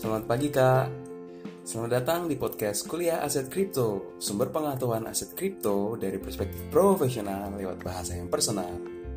Selamat pagi Kak. Selamat datang di podcast Kuliah Aset Kripto, sumber pengetahuan aset kripto dari perspektif profesional lewat bahasa yang personal.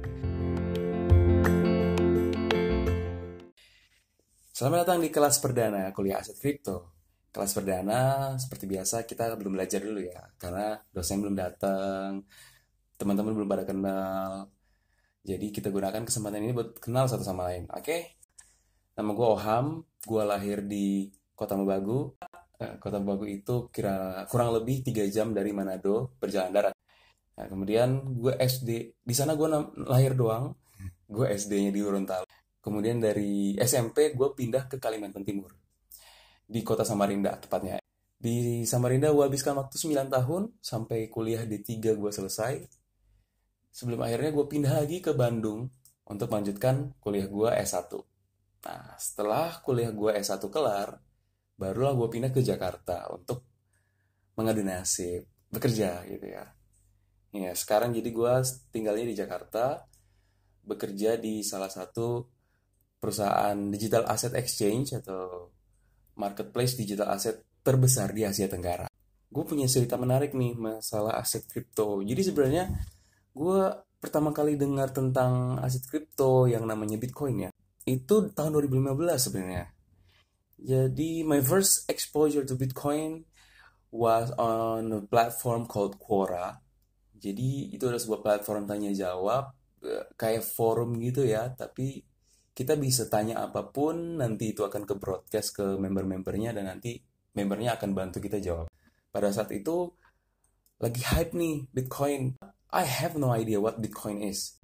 Selamat datang di kelas perdana Kuliah Aset Kripto. Kelas perdana seperti biasa kita belum belajar dulu ya, karena dosen belum datang, teman-teman belum pada kenal. Jadi kita gunakan kesempatan ini buat kenal satu sama lain, oke? Nama gue Oham, gue lahir di Kota Mebagu. Kota Mebagu itu kurang lebih 3 jam dari Manado berjalan darat. Nah, kemudian gue SD, di sana gue lahir doang. Gue SD-nya di Gorontalo. Kemudian dari SMP gue pindah ke Kalimantan Timur. Di kota Samarinda tepatnya. Di Samarinda gue habiskan waktu 9 tahun sampai kuliah D3 gue selesai. Sebelum akhirnya gue pindah lagi ke Bandung untuk melanjutkan kuliah gue S1. Nah, setelah kuliah gue S1 kelar, barulah gue pindah ke Jakarta untuk mengadu nasib, bekerja gitu ya. Ya, sekarang jadi gue tinggalnya di Jakarta, bekerja di salah satu perusahaan digital asset exchange atau marketplace digital asset terbesar di Asia Tenggara. Gue punya cerita menarik nih masalah aset kripto. Jadi sebenarnya gue pertama kali dengar tentang aset kripto yang namanya Bitcoin ya. Itu tahun 2015 sebenarnya. Jadi my first exposure to Bitcoin was on a platform called Quora. Jadi itu adalah sebuah platform tanya jawab kayak forum gitu ya, tapi kita bisa tanya apapun, nanti itu akan ke broadcast ke member-membernya dan nanti membernya akan bantu kita jawab. Pada saat itu lagi hype nih Bitcoin. I have no idea what Bitcoin is.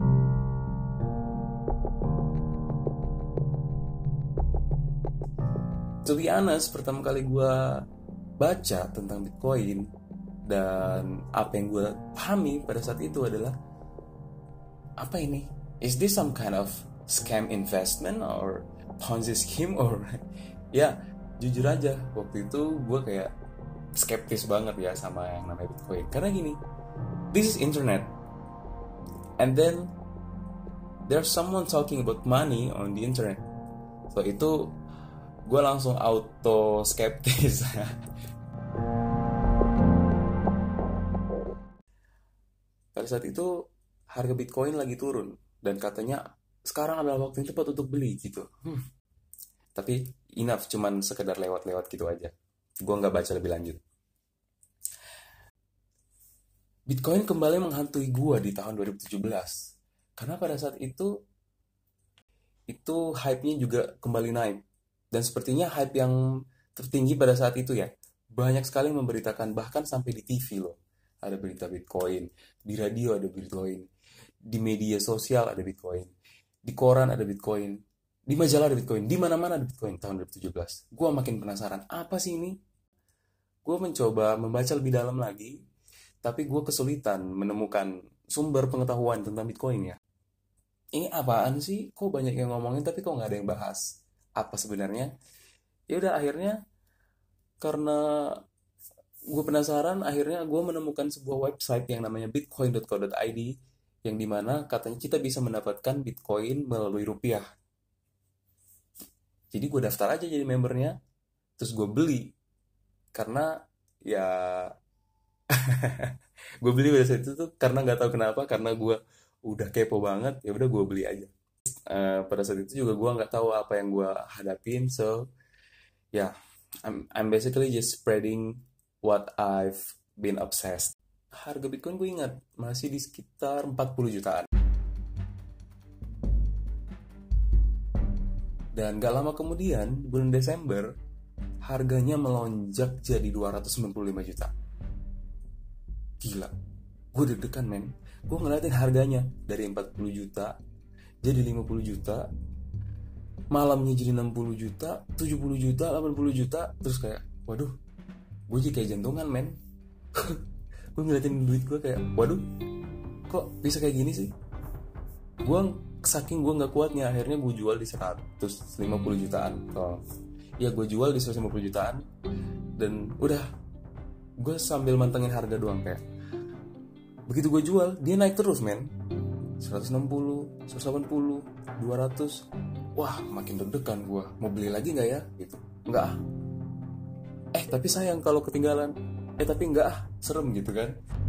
To be honest, pertama kali gue baca tentang Bitcoin dan apa yang gue pahami pada saat itu adalah apa ini? Is this some kind of scam investment or Ponzi scheme or ya jujur aja waktu itu gue kayak skeptis banget ya sama yang namanya Bitcoin karena gini, this is internet and then there's someone talking about money on the internet, so itu gue langsung auto skeptis. Pada saat itu harga Bitcoin lagi turun dan katanya sekarang adalah waktu yang tepat untuk beli gitu. Tapi enough, cuman sekedar lewat-lewat gitu aja. Gue nggak baca lebih lanjut. Bitcoin kembali menghantui gue di tahun 2017 karena pada saat itu hype-nya juga kembali naik. Dan sepertinya hype yang tertinggi pada saat itu ya, banyak sekali memberitakan, bahkan sampai di TV loh. Ada berita Bitcoin, di radio ada Bitcoin, di media sosial ada Bitcoin, di koran ada Bitcoin, di majalah ada Bitcoin, di mana-mana ada Bitcoin tahun 2017. Gue makin penasaran, apa sih ini? Gue mencoba membaca lebih dalam lagi, tapi gue kesulitan menemukan sumber pengetahuan tentang Bitcoin ya. Ini apaan sih? Kok banyak yang ngomongin tapi kok nggak ada yang bahas? Apa sebenarnya? Ya udah akhirnya karena gue penasaran, akhirnya gue menemukan sebuah website yang namanya bitcoin.co.id yang dimana katanya kita bisa mendapatkan Bitcoin melalui rupiah. Jadi gue daftar aja jadi membernya, terus gue beli karena ya gue beli pada saat itu tuh karena nggak tahu kenapa, karena gue udah kepo banget, ya udah gue beli aja. Pada saat itu juga gue nggak tahu apa yang gue hadapin, so yeah, I'm basically just spreading what I've been obsessed. Harga Bitcoin gue ingat masih di sekitar 40 jutaan. Dan gak lama kemudian, bulan Desember, harganya melonjak jadi 295 juta. Gila, gue deg-degan men. Gue ngeliatin harganya dari 40 juta jadi 50 juta, malamnya jadi 60 juta, 70 juta, 80 juta, terus kayak, waduh, gue jadi kayak jantungan men. Gue ngeliatin duit gue kayak, waduh, kok bisa kayak gini sih? Saking gue gak kuatnya, akhirnya gue jual di 150 jutaan. Ya gue jual di 150 jutaan, dan udah, gue sambil mantengin harga doang kayak, begitu gue jual, dia naik terus men. 160, 180, 200. Wah, makin deg-degan gue. Mau beli lagi gak ya? Gitu. enggak ah, tapi sayang kalau ketinggalan, tapi enggak ah, serem gitu kan.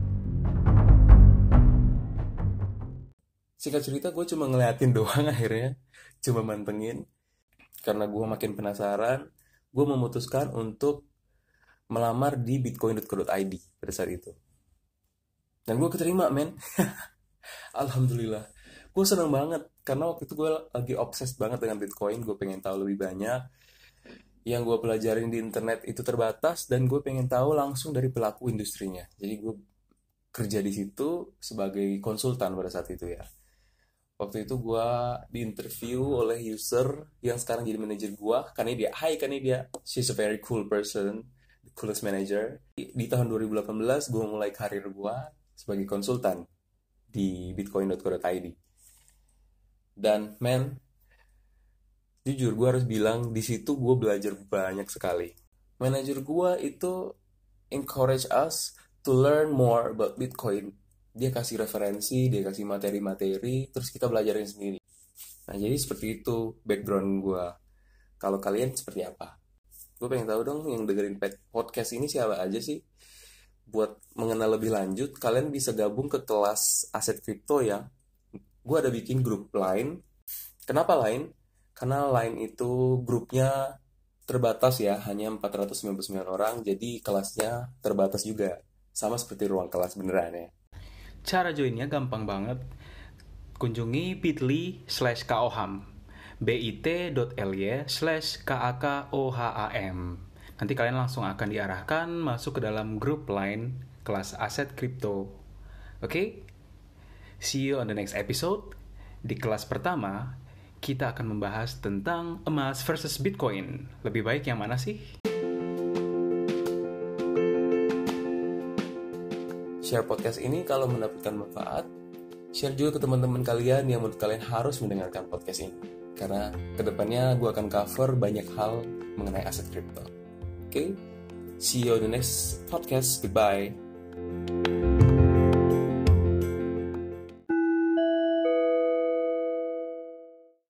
Singkat cerita gue cuma ngeliatin doang akhirnya, cuma mantengin. Karena gue makin penasaran, gue memutuskan untuk melamar di bitcoin.co.id pada saat itu. Dan gue keterima, men. Alhamdulillah. Gue seneng banget, karena waktu itu gue lagi obses banget dengan bitcoin. Gue pengen tahu lebih banyak. Yang gue pelajarin di internet itu terbatas, dan gue pengen tahu langsung dari pelaku industrinya. Jadi gue kerja di situ sebagai konsultan pada saat itu ya. Waktu itu gue diinterview oleh user yang sekarang jadi manajer gue, Kanidia. Hai Kanidia, she's a very cool person, the coolest manager. Di tahun 2018 gue mulai karir gue sebagai konsultan di bitcoin.co.id. Dan man, jujur gue harus bilang di situ gue belajar banyak sekali. Manajer gue itu encourage us to learn more about Bitcoin. Dia kasih referensi, dia kasih materi-materi, terus kita belajarin sendiri. Nah, jadi seperti itu background gue. Kalau kalian seperti apa? Gue pengen tahu dong yang dengerin podcast ini siapa aja sih? Buat mengenal lebih lanjut, kalian bisa gabung ke kelas aset kripto ya. Gue ada bikin grup Line. Kenapa Line? Karena Line itu grupnya terbatas ya, hanya 499 orang, jadi kelasnya terbatas juga. Sama seperti ruang kelas beneran ya. Cara joinnya gampang banget. Kunjungi bit.ly/kaoham bit.ly/kakoham. Nanti kalian langsung akan diarahkan masuk ke dalam grup Line kelas aset kripto. Oke? See you on the next episode. Di kelas pertama, kita akan membahas tentang emas versus Bitcoin. Lebih baik yang mana sih? Share podcast ini kalau mendapatkan manfaat, share juga ke teman-teman kalian yang menurut kalian harus mendengarkan podcast ini. Karena kedepannya gue akan cover banyak hal mengenai aset kripto. Oke? See you on the next podcast. Goodbye.